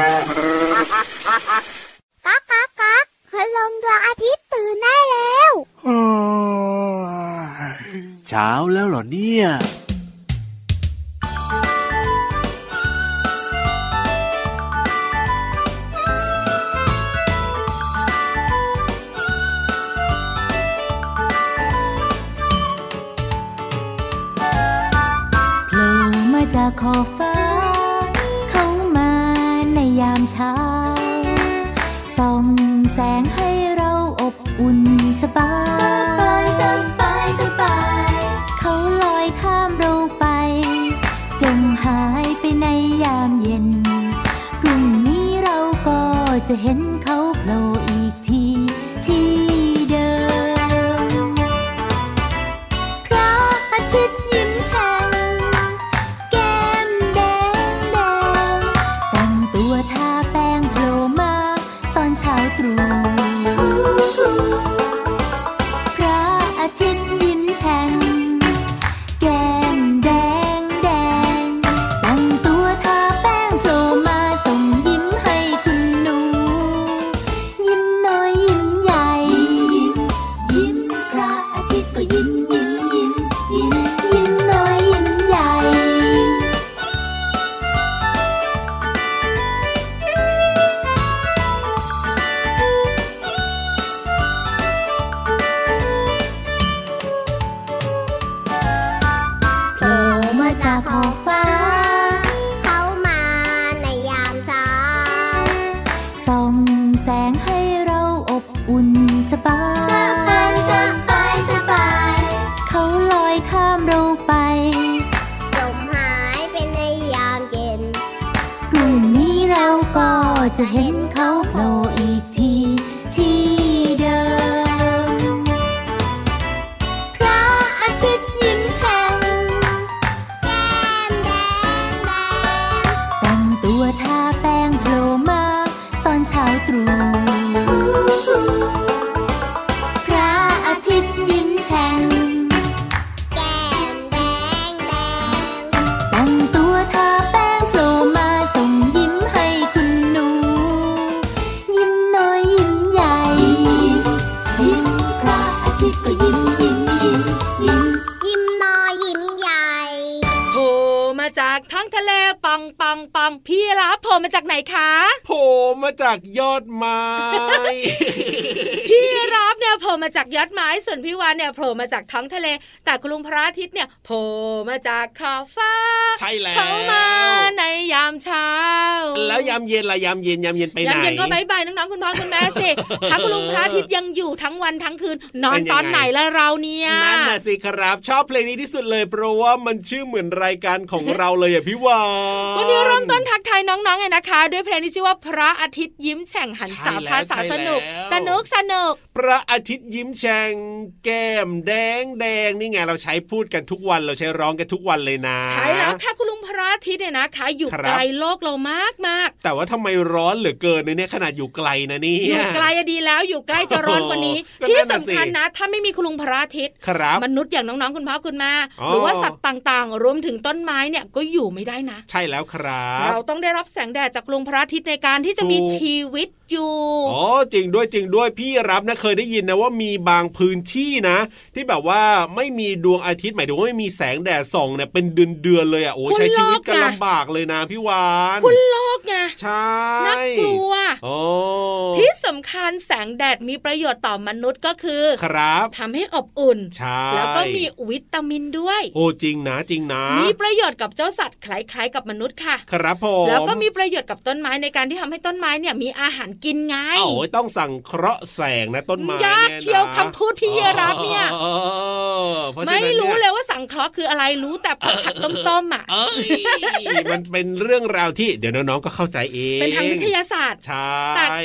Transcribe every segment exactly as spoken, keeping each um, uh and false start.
ก๊ากก๊ากก๊ากคืนลงดวงอาทิตย์ตื่นได้แล้วเช้าแล้วเหรอเนี่ยจากขอบฟ้าเข้ามาในยามเช้าส่องแสงให้เราอบอุ่นสบายสบายสบายเขาลอยข้ามเราไปจงหายไปในยามเย็นพรุ่งนี้เราก็จะเห็นเขาโผล่อีกทีที่เดิมพระอาทิตย์ยิ้มแฉ่งแก้มแดงแดงแต่งตัวทาแป้งโผล่มาตอนเช้าตรู่พระอาทิตย์ยิ้มแฉ่งแก้มแดงแดงแต่งตัวทาแป้งโผล่มาส่งยิ้มให้คุณหนูยิ้มน้อยยิ้มใหญ่ยิ้มยิ้มพระอาทิตย์ก็ยิ้มยิ้มยิ้มยิ้มยิ้มน้อยยิ้มใหญ่โผล่มาจากขอบฟ้าเข้ามาในยามเช้าส่องแสงให้เราอบอุ่นสบายสบายสบายเขาลอยข้ามเราไปจมหายไปในยามเย็นพรุ่งนี้เราก็จะเห็นเขาโผล่อีกทีที่เดิมพระอาทิตย์ยิ้มแฉ่งแก้มแดงแดงแต่งตัวทาแป้งโผล่มาตอนเช้าตรู่พระอาทิตย์ยิ้มแฉ่งแก้มแดงแดงแต่งตัวทาแป้งโผล่มาส่งยิ้มให้คุณหนูยิ้มน้อยยิ้มใหญ่ยิ้มพระอาทิตย์ก็ยิ้มยิ้มยิ้มยิ้มยิ้มน้อยยิ้มใหญ่โผล่มาจากท้องทะเลปังปังปังพี่รับโผล่มาจากไหนคะโผล่มาจากยอดไม้พี่รับเนี่ยโผล่มาจากยอดไม้ส่วนพี่วานเนี่ยโผล่มาจากท้องทะเลแต่คุณลุงพระอาทิตย์เนี่ยโผล่มาจากขอบฟ้าใช่แล้วเข้ามาในยามเช้าแล้วยามเย็นล่ะยามเย็นยามเย็นไปไหนยามเย็นก็บายบายน้องๆคุณพ่อคุณแม่สิถ้าคุณลุงพระอาทิตย์ยังอยู่ทั้งวันทั้งคืนนอนตอนไหนละเราเนี่ยนั่นน่ะสิครับชอบเพลงนี้ที่สุดเลยเพราะว่ามันชื่อเหมือนรายการของเราเลยอ่ะพี่วานวันนี้เริ่มต้นทักทายน้องๆไงนะคะด้วยเพลงที่ชื่อว่าพระอาทิตย์ยิ้มแฉ่งหันษาภาษาสนุกสนุกสนุกพระอาทิตย์ยิ้มแฉ่งแก้มแดงแดงนี่ไงเราใช้พูดกันทุกวันเราใช้ร้องกันทุกวันเลยนะใช่แล้วค่ะคุณลุงพระอาทิตย์เนี่ยนะคะอยู่ไกลโลกเรามากมากแต่ว่าทำไมร้อนเหลือเกินเนี่ยขนาดอยู่ไกลนะนี่อยู่ไกลดีแล้วอยู่ใกล้จะร้อนกว่านี้ที่สำคัญนะถ้าไม่มีคุณลุงพระอาทิตย์มนุษย์อย่างน้องๆคุณพ่อคุณแม่หรือว่าสัตว์ต่างๆรวมถึงต้นไม้เนี่ยก็อยู่ไม่ได้นะใช่แล้วครับเราต้องได้รับแสงแดดจากลุงพระอาทิตย์ในการที่จะมีชีวิตอยู่อ๋อจริงด้วยจริงด้วยพี่รับนะเคยได้ยินนะว่ามีบางพื้นที่นะที่แบบว่าไม่มีดวงอาทิตย์หมายถึงว่าไม่มีแสงแดดส่องเนี่ยเป็นเดือนๆเลยอ่ะโอ้ใช้ชีวิตกันลำบากเลยนะพี่วานคุณโลกไงใช่น่ากลัวที่สำคัญแสงแดดมีประโยชน์ต่อมนุษย์ก็คือครับทำให้อบอุ่นใช่แล้วก็มีวิตามินด้วยโอ้จริงนะจริงนะมีประโยชน์กับเจ้าสัตว์คล้ายๆกับมนุษย์ค่ะครับผมแล้วก็มีประโยชน์กับต้นไม้ในการที่ทำให้ต้นไม้เนี่ยมีอาหารกินไงโอ้ยต้องสั่งเคราะห์แสงนะต้นไม้ยากเชียวคำพูดพี่รับเนี่ยไม่รู้เลยว่าสังเคราะห์คืออะไรรู้แต่ผัดผัดต้มๆอ่ะมันเป็นเรื่องราวที่เดี๋ยวน้องๆก็เข้าใจเองเป็นทางวิทยาศาสตร์ใช่แต่คือแส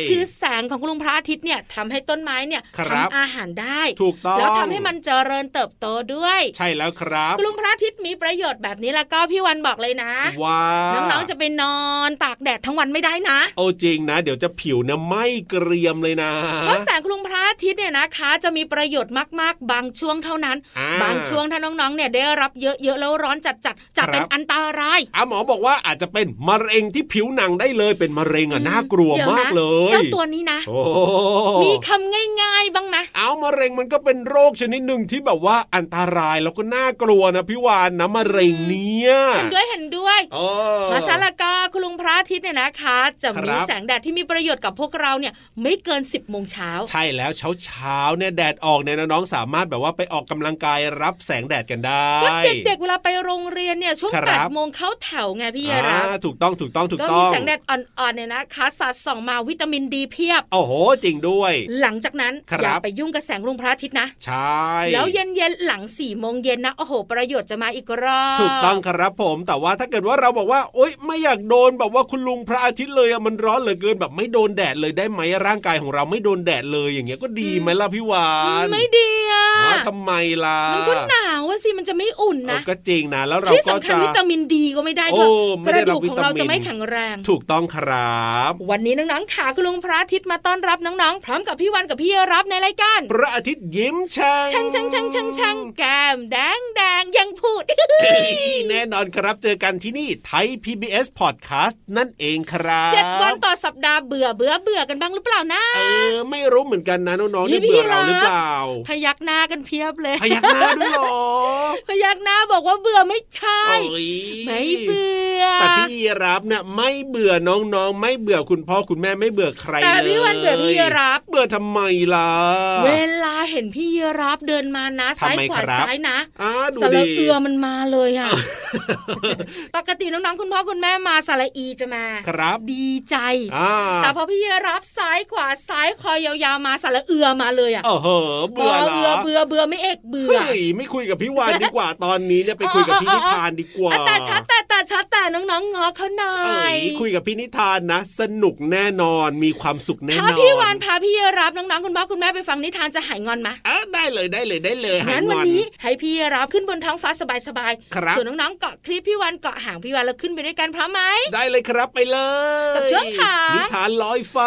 แสงของคุณลุงพระอาทิตย์เนี่ยทำให้ต้นไม้เนี่ยทำอาหารได้ถูกต้องแล้วทำให้มันเจริญเติบโตด้วยใช่แล้วครับคุณลุงพระอาทิตย์มีประโยชน์แบบนี้แล้วก็พี่วันบอกเลยนะว้าน้องๆจะไปนอนตากแดดทั้งวันไม่ได้นะโอ้จริงนะเดี๋ยวจะผิวเนี่ยไม่เกรียมเลยนะเพราะแสงคุณลุงพระอาทิตย์เนี่ยนะคะจะมีประโยชน์มากๆบางช่วงเท่านั้นบางช่วงถ้าน้องๆเนี่ยได้รับเยอะๆแล้วร้อนจัดๆจะเป็นอันตรายอ่ะหมอบอกว่าอาจจะเป็นมะเร็งที่ผิวหนังได้เลยเป็นมะเร็งอ่ะน่ากลัวมากเลยเจ้าตัวนี้นะมีคำง่ายๆบ้างไหมเอามะเร็งมันก็เป็นโรคชนิดหนึ่งที่แบบว่าอันตรายแล้วก็น่ากลัวนะพี่วานนะมะเร็งเนี้ยเห็นด้วยเห็นด้วยเพราะฉะนั้นก็คุณลุงพระอาทิตย์เนี่ยนะคะจะมีแสงแดดที่มีประโยชน์กับพวกเราเนี่ยไม่เกินสิบโมงเช้าใช่แล้วเช้าเช้าเนี่ยแดดออกเนี่ยน้องๆสามารถแบบว่าไปออกกำลังกายรับแสงแดดกันได้ก็เด็กๆเวลาไปโรงเรียนเนี่ยช่วงแปดโมงเข้าแถวไงพี่รับถูกต้องถูกต้องถูกต้องก็มีแสงแดดอ่อนๆเนี่ยนะคะสัดส่องมาวิตามินดีเพียบโอ้โหจริงด้วยหลังจากนั้นอย่าไปยุ่งกับแสงลุงพระอาทิตย์นะใช่แล้วเย็นๆหลังสี่โมงเย็นนะโอ้โหประโยชน์จะมาอีกรอบถูกต้องครับผมแต่ว่าถ้าเกิดว่าเราบอกว่าโอ๊ยไม่อยากโดนแบบว่าคุณลุงพระอาทิตย์เลยอะมันร้อนเหลือเกินแบบไม่โดนแดดเลยได้ไหมร่างกายของเราไม่โดนแดดเลยอย่างเงี้ยก็ดีไหมล่ะพี่วานไม่ดีอ่ะทำไมล่ะมันก็หนาวว่าสิมันจะไม่อุ่นนะก็จริงนะแล้วเราก็จะที่สำคัญวิตามินดีก็ไม่ได้ด้วยกระดูกของเราจะไม่แข็งแรงถูกต้องครับวันนี้น้องๆขาคุณลุงพระอาทิตย์มาต้อนรับน้องๆพร้อมกับพี่วันกับพี่รับในรายการพระอาทิตย์ยิ้มช่างช่างช่างช่างช่างช่างแก้มแดงแดงยังพูดแน่นอนครับเจอกันที่นี่ไทย พี บี เอส Podcast นั่นเองครับเจ็ดวันต่อสัปดาห์เบื่อเบื่อเบื่อกันบ้างหรือเปล่านะเออไม่รู้เหมือนกันนะน้องๆนี่เบื่อเราหรือเปล่าพยักหน้ากันเพียบเลยพยักหน้าด้วยหรอพยักหน้าบอกว่าเบื่อไม่ใช่ไม่เบื่อแต่พี่รับเนี่ยไม่เบื่อน้องๆไม่เบื่อคุณพ่อคุณแม่ไม่เบื่อใครเลยแต่พี่วันเบื่อพี่รับเบื่อทำไมล่ะเวลาเห็นพี่รับเดินมานะซ้ายขวาซ้ายนะสระเอือมันมาเลยอ่ะปกติน้องๆคุณพ่อคุณแม่มาสระอีจะมาครับดีใจแต่พอพี่รับซ้ายขวาซ้ายคอยยาวๆมาสระเอือมาเลยอ่ะเออเหอะเบื่อเบื่อเบื่อเบื่อไม่เอกเบื่อเฮ้ยไม่คุยกับพี่วานดีกว่าตอนนี้เนี่ยไปคุยกับพี่นิทานดีกว่าแต่ชัดแต่แต่ชัดแต่น้องๆงอเขาหน่อยคุยกับพี่นิทานนะสนุกแน่นอนมีความสุขแน่นอนถ้าพี่วานพาพี่รับน้องๆคุณพ่อคุณแม่ไปฟังนิทานจะหายงอนไหมอ่ะได้เลยได้เลยได้เลยงั้นวันนี้ให้พี่รับขึ้นบนท้องฟ้าสบายๆส่วนน้องๆเกาะคลิปพี่วานเกาะหางพี่วานแล้วขึ้นไปด้วยกันพร้อมไหมได้เลยครับไปเลยกับช่วงขานิทานลอยฟ้า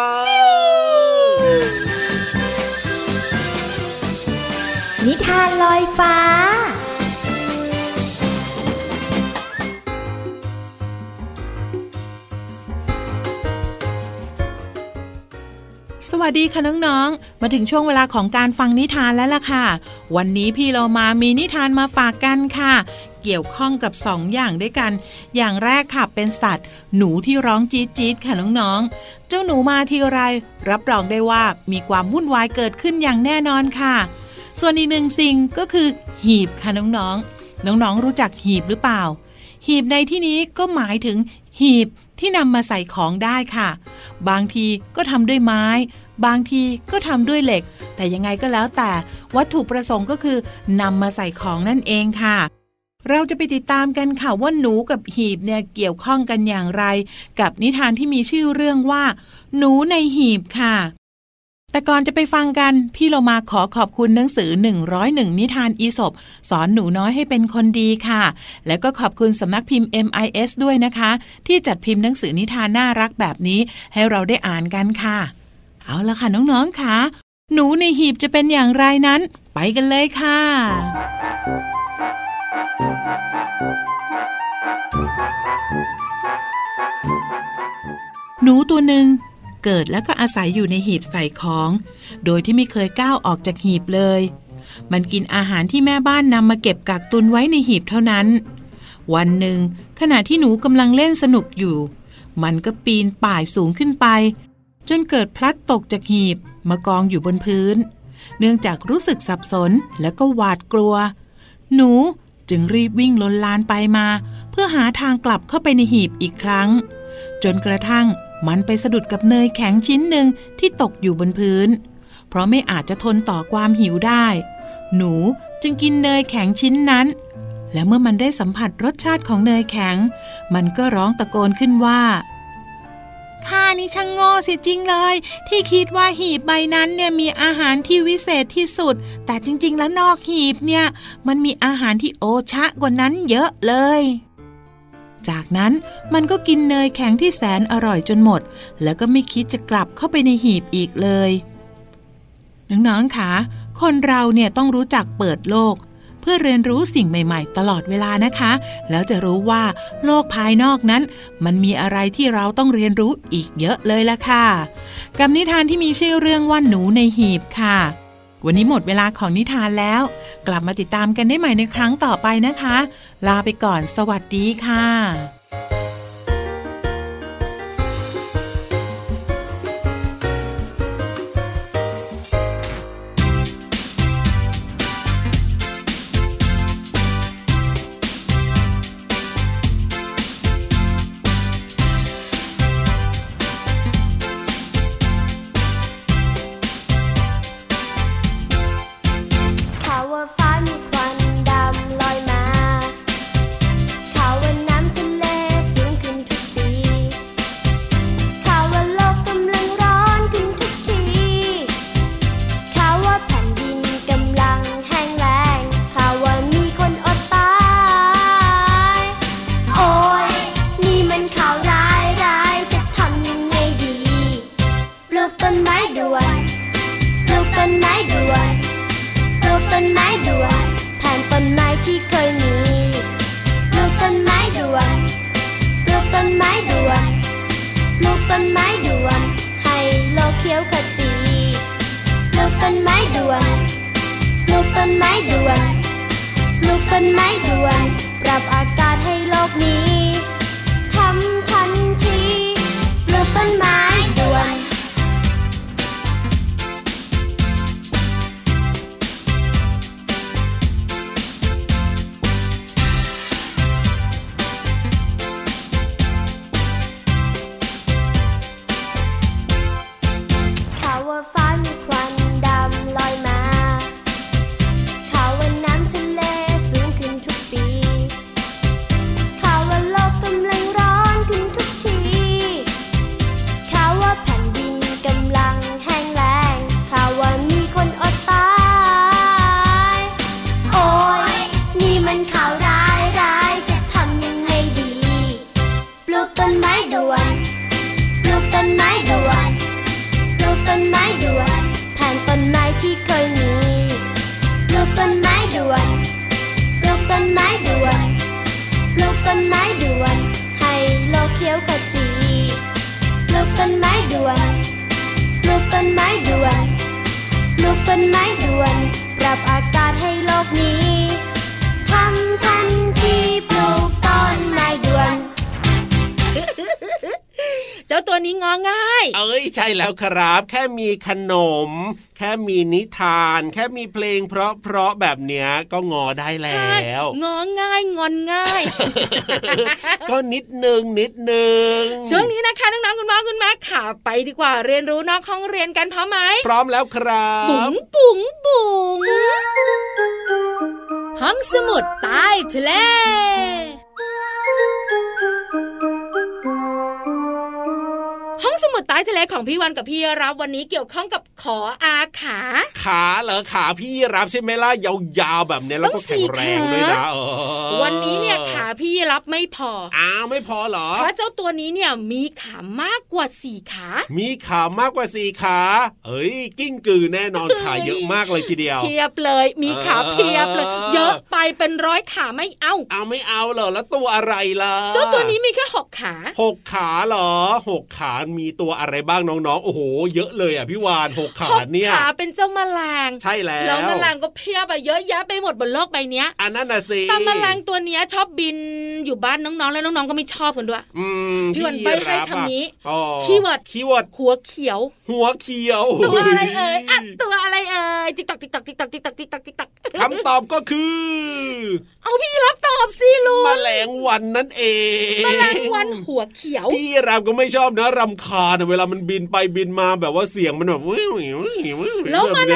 นิทานลอยฟ้าสวัสดีค่ะน้องๆมาถึงช่วงเวลาของการฟังนิทานแล้วล่ะค่ะวันนี้พี่เรามามีนิทานมาฝากกันค่ะเกี่ยวข้องกับสองอย่างด้วยกันอย่างแรกค่ะเป็นสัตว์หนูที่ร้องจี๊ดจี๊ดค่ะน้องๆเจ้าหนูมาทีไรรับรองได้ว่ามีความวุ่นวายเกิดขึ้นอย่างแน่นอนค่ะส่วนอีกหนึ่งสิ่งก็คือหีบค่ะน้องๆน้องๆรู้จักหีบหรือเปล่าหีบในที่นี้ก็หมายถึงหีบที่นำมาใส่ของได้ค่ะบางทีก็ทำด้วยไม้บางทีก็ทำด้วยเหล็กแต่ยังไงก็แล้วแต่วัตถุประสงค์ก็คือนำมาใส่ของนั่นเองค่ะเราจะไปติดตามกันค่ะว่าหนูกับหีบเนี่ยเกี่ยวข้องกันอย่างไรกับนิทานที่มีชื่อเรื่องว่าหนูในหีบค่ะแต่ก่อนจะไปฟังกันพี่เรามาขอขอบคุณหนังสือหนึ่งร้อยเอ็ดนิทานอีสปสอนหนูน้อยให้เป็นคนดีค่ะแล้วก็ขอบคุณสำนักพิมพ์ เอ็ม ไอ เอส ด้วยนะคะที่จัดพิมพ์หนังสือนิทานน่ารักแบบนี้ให้เราได้อ่านกันค่ะเอาล่ะค่ะน้องๆค่ะหนูในหีบจะเป็นอย่างไรนั้นไปกันเลยค่ะหนูตัวหนึ่งเกิดแล้วก็อาศัยอยู่ในหีบใส่ของโดยที่ไม่เคยก้าวออกจากหีบเลยมันกินอาหารที่แม่บ้านนำมาเก็บกักตุนไว้ในหีบเท่านั้นวันหนึ่งขณะที่หนูกำลังเล่นสนุกอยู่มันก็ปีนป่ายสูงขึ้นไปจนเกิดพลัดตกจากหีบมากองอยู่บนพื้นเนื่องจากรู้สึกสับสนและก็หวาดกลัวหนูจึงรีบวิ่งลนลานไปมาเพื่อหาทางกลับเข้าไปในหีบอีกครั้งจนกระทั่งมันไปสะดุดกับเนยแข็งชิ้นหนึ่งที่ตกอยู่บนพื้นเพราะไม่อาจจะทนต่อความหิวได้หนูจึงกินเนยแข็งชิ้นนั้นและเมื่อมันได้สัมผัสรสชาติของเนยแข็งมันก็ร้องตะโกนขึ้นว่าข้านี่ช่างโง่เสียจริงเลยที่คิดว่าหีบใบนั้นเนี่ยมีอาหารที่วิเศษที่สุดแต่จริงๆแล้วนอกหีบเนี่ยมันมีอาหารที่โอชะกว่านั้นเยอะเลยจากนั้นมันก็กินเนยแข็งที่แสนอร่อยจนหมดแล้วก็ไม่คิดจะกลับเข้าไปในหีบอีกเลยน้องๆคะคนเราเนี่ยต้องรู้จักเปิดโลกเพื่อเรียนรู้สิ่งใหม่ๆตลอดเวลานะคะแล้วจะรู้ว่าโลกภายนอกนั้นมันมีอะไรที่เราต้องเรียนรู้อีกเยอะเลยล่ะค่ะกับนิทานที่มีชื่อเรื่องว่าหนูในหีบค่ะวันนี้หมดเวลาของนิทานแล้วกลับมาติดตามกันได้ใหม่ในครั้งต่อไปนะคะลาไปก่อนสวัสดีค่ะเจ้าตัวนี้งอง่ายเอ้ยใช่แล้วครับแค่มีขนมแค่มีนิทานแค่มีเพลงเพราะๆแบบเนี้ยก็งอได้แล้วงอง่ายงอนง่ายก็นิดนึงนิดนึงช่วงนี้นะคะน้องๆคุณพ่อคุณแม่ขาไปดีกว่าเรียนรู้นอกห้องเรียนกันพร้อมไหมพร้อมแล้วครับบุ๋งบุ๋งบุ๋งห้องสมุดใต้ทะเลห้องสมุดใต้ทะเลของพี่วันกับพี่รับวันนี้เกี่ยวข้องกับขออาขาขาเหรอขาพี่รับใช่ไหมล่ะยาวๆแบบนี้แล้วก็แข็งแรงด้วยนะวันนี้เนี่ยขาพี่รับไม่พออ้าวไม่พอเหรอเพราะเจ้าตัวนี้เนี่ยมีขามากกว่าสี่ขามีขามากกว่าสี่ขาเอ้ยกิ้งกือแน่นอนขาเยอะมากเลยทีเดียวเพียบเลยมีขาเพียบเลยเยอะไปเป็นร้อยขาไม่เอาเอาไม่เอาเหรอแล้วตัวอะไรล่ะเจ้าตัวนี้มีแค่หกขาหกขาเหรอหกขามีตัวอะไรบ้างน้องๆโอ้โหเยอะเลยอ่ะพี่วานหกขาเนี่ยหกขาเป็นเจ้าแมลงใช่แล้วแล้วแมลงก็เพียบไปเยอะแยะไปหมดบนโลกใบนี้อันนั้นน่ะสิแต่แมลงตัวเนี้ยชอบบินอยู่บ้านน้องๆแล้วน้องๆก็ไม่ชอบกันด้วยพี่วันไปให้คำนี้คีย์เวิร์ดคีย์เวิร์ดหัวเขียวหัวเขียวตัวอะไรเอ่ยอ่ะตัวอะไรเอ่ยติ๊กตักติ๊กตักติ๊กตักติ๊กตักติ๊กตักติ๊กตักคำตอบก็คือเอาพี่รับตอบสิลูกแมลงวันนั่นเองแมลงวันหัวเขียวพี่รับก็ไม่ชอบนะรำคาญเวลามันบินไปบินมาแบบว่าเสียงมันแบบวิววิวแล้วมันสกป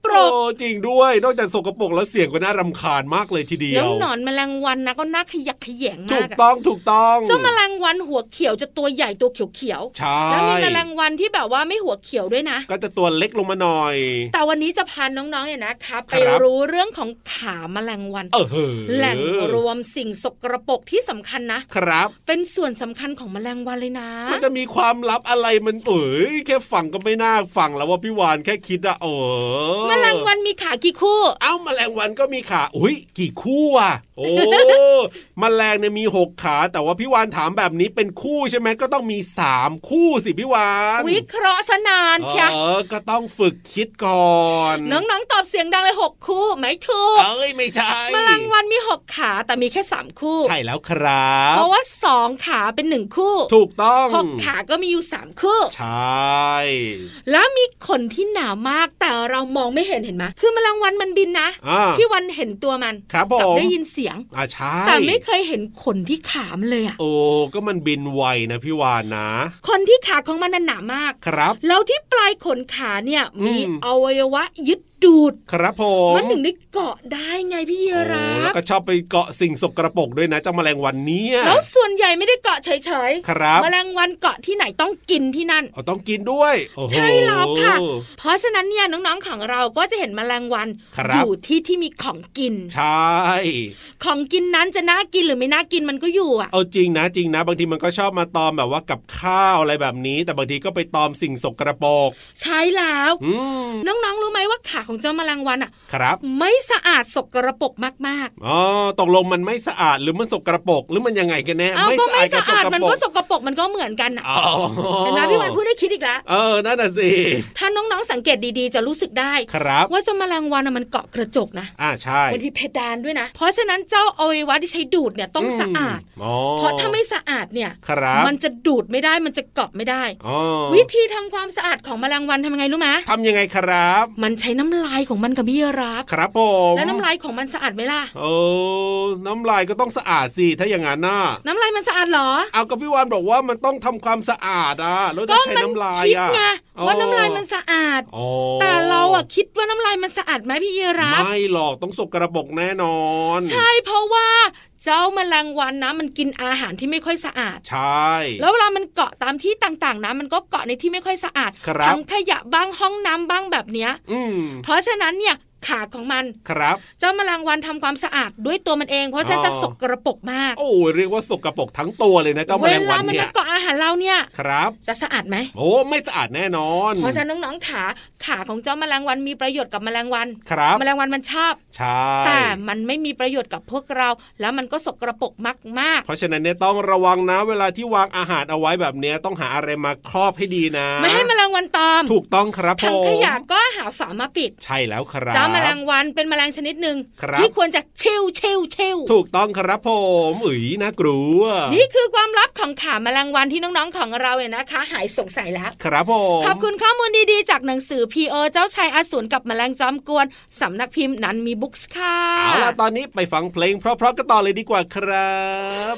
รกจริงด้วยนอกจากสกปรกแล้วเสียงก็น่ารำคาญมากเลยทีเดียวแล้วหนอนแมลงวันนะก็น่าขยักขยงมากถูกต้องถูกต้องเจ้าแมลงวันหัวเขียวจะตัวใหญ่ตัวเขียวๆใช่แล้วมีแมลงวันที่แบบว่าไม่หัวเขียวด้วยนะก็จะตัวเล็กลงมาหน่อยแต่วันนี้จะพาน้องๆเนี่ยนะคะไปรู้เรื่องของขาแมลงวันแหล่งรวมสิ่งสกปรกที่สำคัญนะครับเป็นส่วนสำคัญของแมลงวันเลยนะมันจะมีความลับอะไรมันเอ๋ยแค่ฟังก็ไม่น่าฟังแล้วว่าพี่วานแค่คิดอะเออแมลงวันมีขากี่คู่เอ้าแมลงวันก็มีขาอุ้ยกี่คู่อะโอ้แมลงเนี่ยมีหกขาแต่ว่าพี่วานถามแบบนี้เป็นคู่ใช่ไหมก็ต้องมีสามคู่สิพี่วานวิเคราะห์ซะนานเชียเออก็ต้องฝึกคิดก่อนน้องๆตอบเสียงดังเลยหกคู่ไม่ถูกเอ้ยไม่ใช่แมลงวันมีหกขาแต่มีแค่สามคู่ใช่แล้วครับเพราะว่าสองขาเป็นหนึ่งคู่ถูกต้องหกขาก็มีอยู่สามคู่ใช่แล้วมีขนที่หนามากแต่เรามองไม่เห็นเห็นไหมคือแมลงวันมันบินนะพี่วันเห็นตัวมันกับได้ยินเสียงอ่าใช่แต่ไม่เคยเห็นขนที่ขามเลยอ่ะโอ้ก็มันบินไวนะพี่วานนะขนที่ขาของมันหนามากครับแล้วที่ปลายขนขาเนี่ยมีอวัยวะยึดดูดครับผมมันถึงได้เกาะได้ไงพี่รับแล้วก็ชอบไปเกาะสิ่งสกปรกด้วยนะเจ้าแมลงวันนี้แล้วส่วนใหญ่ไม่ได้เกาะเฉยๆครับแมลงวันเกาะที่ไหนต้องกินที่นั่นอ๋อต้องกินด้วยใช่แล้วค่ะเพราะฉะนั้นเนี่ยน้องๆของเราก็จะเห็นแมลงวันอยู่ที่ที่มีของกินใช่ของกินนั้นจะน่ากินหรือไม่น่ากินมันก็อยู่อ่ะเอาจริงนะจริงนะบางทีมันก็ชอบมาตอมแบบว่ากับข้าวอะไรแบบนี้แต่บางทีก็ไปตอมสิ่งสกปรกใช่แล้วน้องๆรู้ไหมว่าขาของเจ้าแมลงวันอ่ะครับไม่สะอาดสกปรกมากๆอ๋อตกลงมันไม่สะอาดหรือมันสกปรกหรือมันยังไงกันแน่ไม่สะอาดสะอาดมันก็สกปรกมันก็เหมือนกันอ่ะเห็นไหมพี่วันพูดได้คิดอีกแล้วเออนั่นน่ะสิถ้าน้องๆสังเกตดีๆจะรู้สึกได้ว่าเจ้าแมลงวันมันเกาะกระจกนะอ่าใช่บางทีเพดานด้วยนะเพราะฉะนั้นเจ้าอวัยวะที่ใช้ดูดเนี่ยต้องสะอาดเพราะถ้าไม่สะอาดเนี่ยมันจะดูดไม่ได้มันจะเกาะไม่ได้วิธีทำความสะอาดของแมลงวันทำยังไงรู้ไหมทำยังไงครับมันใช้น้ำลายของมันกับพี่รับครับผมแล้วน้ำลายของมันสะอาดไหมล่ะเออน้ำลายก็ต้องสะอาดสิถ้าอย่างนั้นน่ะน้ำลายมันสะอาดเหรอเอากับพี่วานบอกว่ามันต้องทำความสะอาดอ่ะแล้วจะใช้น้ำลายอ่ะก็มันคิดไงว่าน้ำลายมันสะอาดแต่เราอ่ะคิดว่าน้ำลายมันสะอาดไหมพี่รับไม่หรอกต้องสกปรกแน่นอนใช่เพราะว่าเจ้าแมลงวันนะมันกินอาหารที่ไม่ค่อยสะอาดใช่แล้วเวลามันเกาะตามที่ต่างๆนะมันก็เกาะในที่ไม่ค่อยสะอาดทั้งขยะบ้างห้องน้ำบ้างแบบเนี้ยเพราะฉะนั้นเนี่ยขาของมันครับเจ้าแมลงวันทำความสะอาดด้วยตัวมันเองเพราะฉะนั้นจะสกรปรกมากโอ้เรียกว่าสกรปรกทั้งตัวเลยนะเจ้าแมลงวันเนี่ยเวลามันมาเกาะอาหารเราเนี่ยครับจะสะอาดไหมโอ้ไม่สะอาดแน่นอนเพราะฉะนั้นน้องๆขาขาของเจ้าแมลงวันมีประโยชน์กับแมลงวันครับแมลงวันมันชอบใช่แต่มันไม่มีประโยชน์กับพวกเราแล้วมันก็สกรปรกมากๆเพราะฉะนั้นเนี่ยต้องระวังนะเวลาที่วางอาหารเอาไว้แบบนี้ต้องหาอะไรมาครอบให้ดีนะไม่ให้แมลงวันตอมถูกต้องครับผมถังขยะก็หาฝามาปิดใช่แล้วครับเจ้าแมลงวันเป็นแมลงชนิดหนึ่งที่ควรจะเชลเชลเชลถูกต้องครับผมอุ๊ยน่ากลัวนี่คือความลับของขาแมลงวันที่น้องๆของเราเนี่ยนะคะหายสงสัยแล้วครับผมขอบคุณข้อมูลดีๆจากหนังสือ พี โอ เจ้าชายอสูรกับแมลงจอมกวนสำนักพิมพ์นั้นมีบุ๊กส์ค่ะเอาล่ะตอนนี้ไปฟังเพลงเพราะๆกันต่อเลยดีกว่าครับ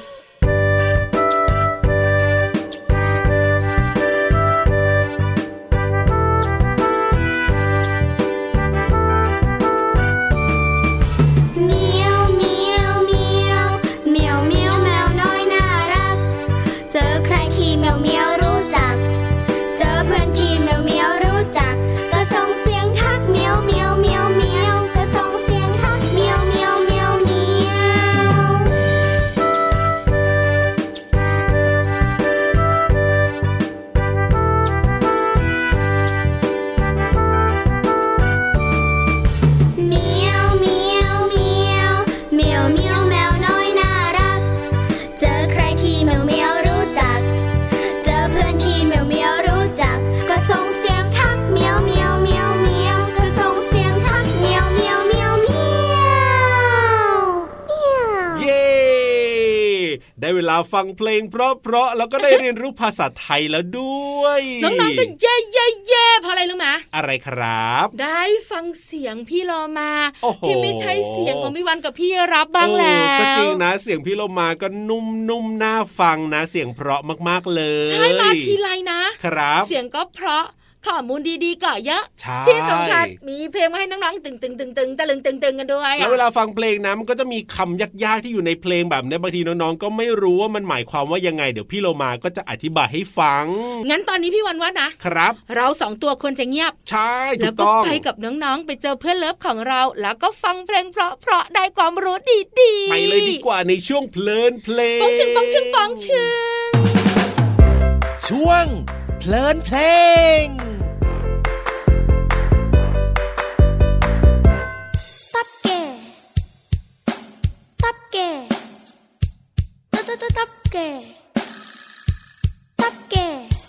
ได้เวลาฟังเพลงเพราะๆแล้วก็ได้เรียนรู้ภาษาไทยแล้วด้วยน้องๆก็เย่เย่เย่เพราะอะไรรู้ไหมอะไรครับได้ฟังเสียงพี่โลมาที่ไม่ใช่เสียงของพี่วันกับพี่รับบ้างแล้วก็จริงนะเสียงพี่โลมาก็นุ่มๆน่าฟังนะเสียงเพราะมากๆเลยใช่มาทีไรนะครับเสียงก็เพราะข้อมูลดีๆก็เยอะที่สำคัญมีเพลงมาให้น้องๆตึงๆตึงๆตะลึงตึงๆกันด้วยแล้วเวลาฟังเพลงนะมันก็จะมีคำยากๆที่อยู่ในเพลงแบบนี้บางทีน้องๆก็ไม่รู้ว่ามันหมายความว่ายังไงเดี๋ยวพี่โลมาก็จะอธิบายให้ฟังงั้นตอนนี้พี่วันว่านะครับเราสองตัวควรจะเงียบใช่ถูกต้องแล้วก็ไปกับน้องๆไปเจอเพื่อนเลิฟของเราแล้วก็ฟังเพลงเพราะๆได้ความรู้ดีๆไปเลยดีกว่าในช่วงเพลินเพลงปองชึงปองชึงปองชึงช่วงเพลินเพลงตับแก่ตับแก่ตับตับตับแก่ตับแก่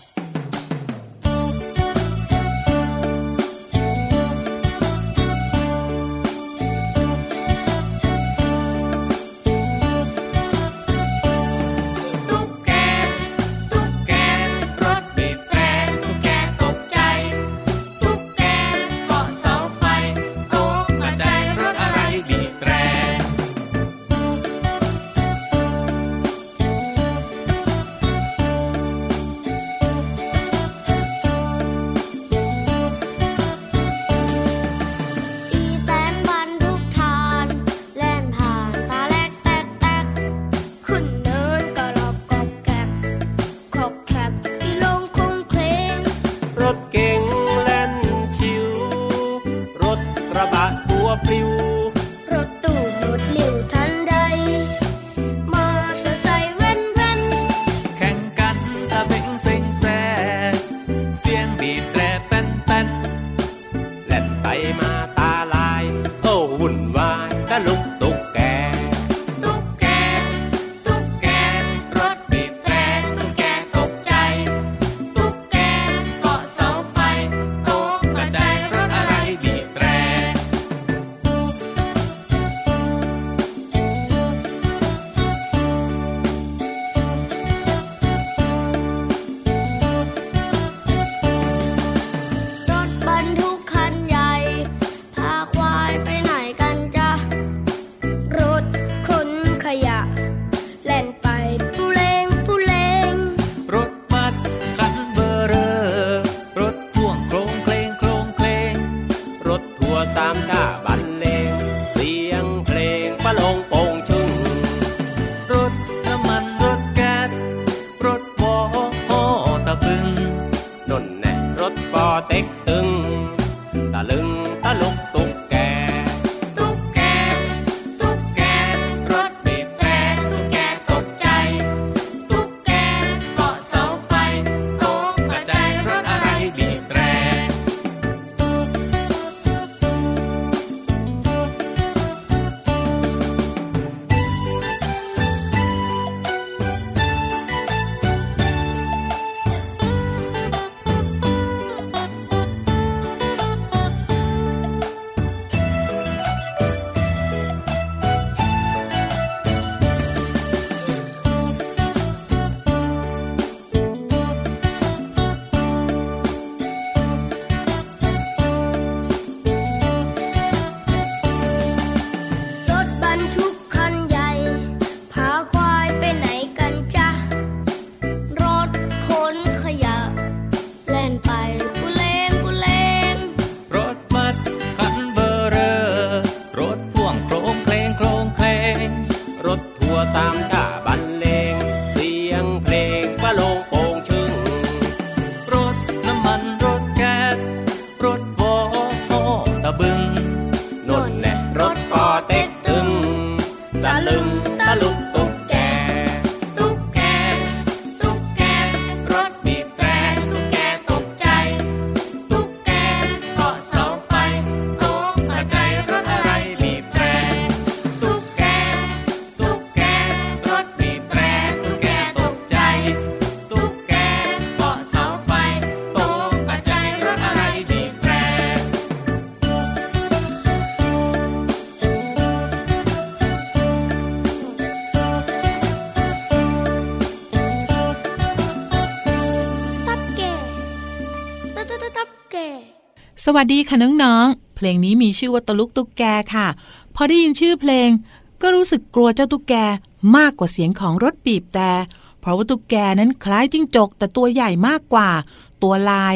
สวัสดีค่ะน้องๆเพลงนี้มีชื่อว่าตะลุกตุ๊กแกค่ะพอได้ยินชื่อเพลงก็รู้สึกกลัวเจ้าตุ๊กแกมากกว่าเสียงของรถบีบแต่เพราะว่าตุ๊กแกนั้นคล้ายจิ้งจกแต่ตัวใหญ่มากกว่าตัวลายตี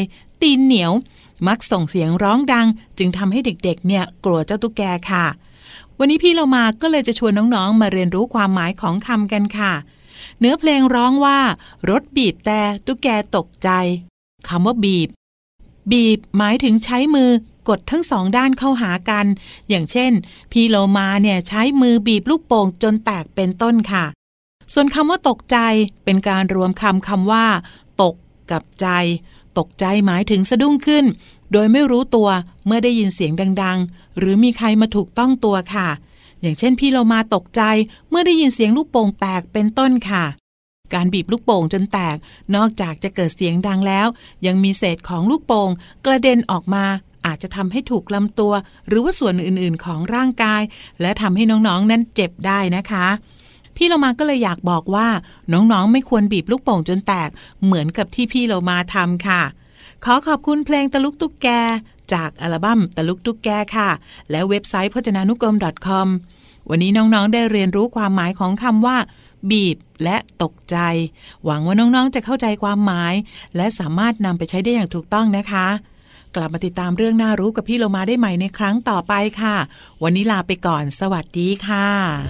ตีนเหนียวมักส่งเสียงร้องดังจึงทำให้เด็กๆเนี่ยกลัวเจ้าตุ๊กแกค่ะวันนี้พี่เรามาก็เลยจะชวนน้องๆมาเรียนรู้ความหมายของคำกันค่ะเนื้อเพลงร้องว่ารถบีบแต่ตุ๊กแกตกใจคำว่าบีบบีบหมายถึงใช้มือกดทั้งสองด้านเข้าหากันอย่างเช่นพี่โลมาเนี่ยใช้มือบีบลูกโป่งจนแตกเป็นต้นค่ะส่วนคำว่าตกใจเป็นการรวมคำคำว่าตกกับใจตกใจหมายถึงสะดุ้งขึ้นโดยไม่รู้ตัวเมื่อได้ยินเสียงดังๆหรือมีใครมาถูกต้องตัวค่ะอย่างเช่นพี่โลมาตกใจเมื่อได้ยินเสียงลูกโป่งแตกเป็นต้นค่ะการบีบลูกโป่งจนแตกนอกจากจะเกิดเสียงดังแล้วยังมีเศษของลูกโป่งกระเด็นออกมาอาจจะทำให้ถูกลำตัวหรือว่าส่วนอื่นๆของร่างกายและทำให้น้องๆนั้นเจ็บได้นะคะพี่เรามาก็เลยอยากบอกว่าน้องๆไม่ควรบีบลูกโป่งจนแตกเหมือนกับที่พี่เรามาทำค่ะขอขอบคุณเพลงตะลุกตุ๊กแกจากอัลบั้มตะลุกตุ๊กแกค่ะและเว็บไซต์พจนานุกรม .com วันนี้น้องๆได้เรียนรู้ความหมายของคำว่าบีบและตกใจหวังว่าน้องๆจะเข้าใจความหมายและสามารถนำไปใช้ได้อย่างถูกต้องนะคะกลับมาติดตามเรื่องน่ารู้กับพี่โลมาได้ใหม่ในครั้งต่อไปค่ะวันนี้ลาไปก่อนสวัสดีค่ะ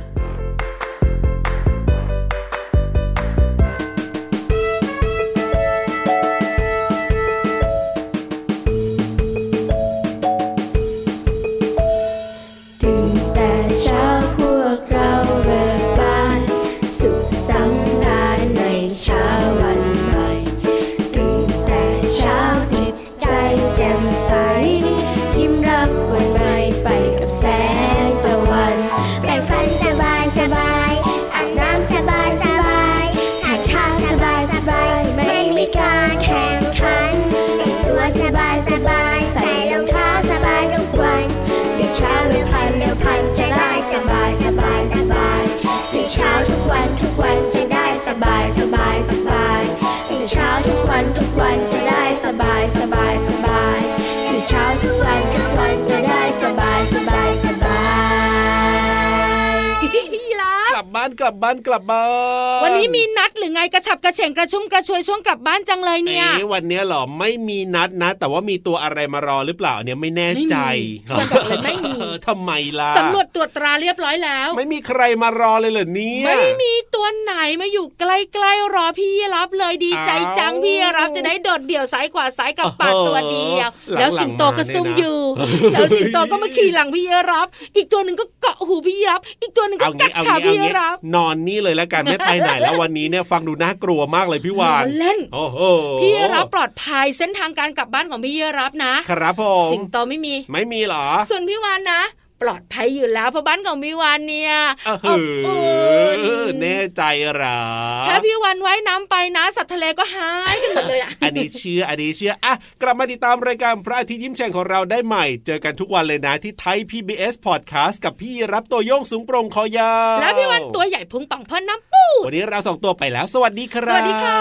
เช้าทุกวันทุกวันจะได้สบายสบายสบายตื่นเช้าทุกวันทุกวันจะได้สบายสบายสบายตื่นเช้าทุกวันทุกวันจะได้สบายสบายสบายพี่รับกลับบ้านกลับบ้านกลับบ้านวันนี้มีนัดหรือไงกระฉับกระเฉงกระชุ่มกระชวยช่วงกลับบ้านจังเลยเนี่ยวันนี้หรอไม่มีนัดนะแต่ว่ามีตัวอะไรมารอหรือเปล่าเนี่ยไม่แน่ใจบอกเลยไม่มีทำไมล่ะสำรวจตรวจตราเรียบร้อยแล้วไม่มีใครมารอเลยเหรอเนี่ยไม่มีตัวไหนมาอยู่ใกล้ๆรอพี่รับเลยดีใจจังพี่รับจะได้โดดเดี่ยวซ้ายขวาซ้ายกับปาดตัวเดียวแล้วสิงโตก็ซุ่มอยู่แล้วสิงโตก็มาขี่หลังพี่รับอีกตัวนึงก็เกาะหูพี่รับอีกตัวนึงก็กัดขาพี่รับนอนนี่เลยแล้วกันไม่ไปไหนแล้ววันนี้เนี่ยฟังดูน่ากลัวมากเลยพี่วานเล่นโอ้โหพี่รับปลอดภัยเส้นทางการกลับบ้านของพี่รับนะครับผมสิงโตไม่มีไม่มีหรอส่วนพี่วานนะปลอดภัยอยู่แล้วเพราะบ้านของพี่วานเนี่ยเออแน่ใจหรอถ้าพี่วานว่ายน้ำไปนะสัตว์ทะเลก็หายกันหมดเลยอ่ะอันนี้เชื่ออันนี้เชื่ออ่ะกลับมาติดตามรายการพระอาทิตย์ยิ้มแฉ่งของเราได้ใหม่เจอกันทุกวันเลยนะที่ไทย พี บี เอส Podcast กับพี่รับตัวโยงสูงโปร่งคอยาวและพี่วานตัวใหญ่พุงป่องพ่นน้ำปูวันนี้เราสองตัวไปแล้วสวัสดีครับสวัสดีค่ะ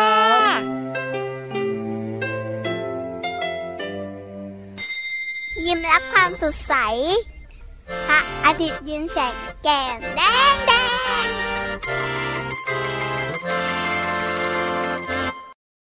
ยิ้มรับความสดใสพระอาทิตย์ยิ้มแฉกแก้มแดง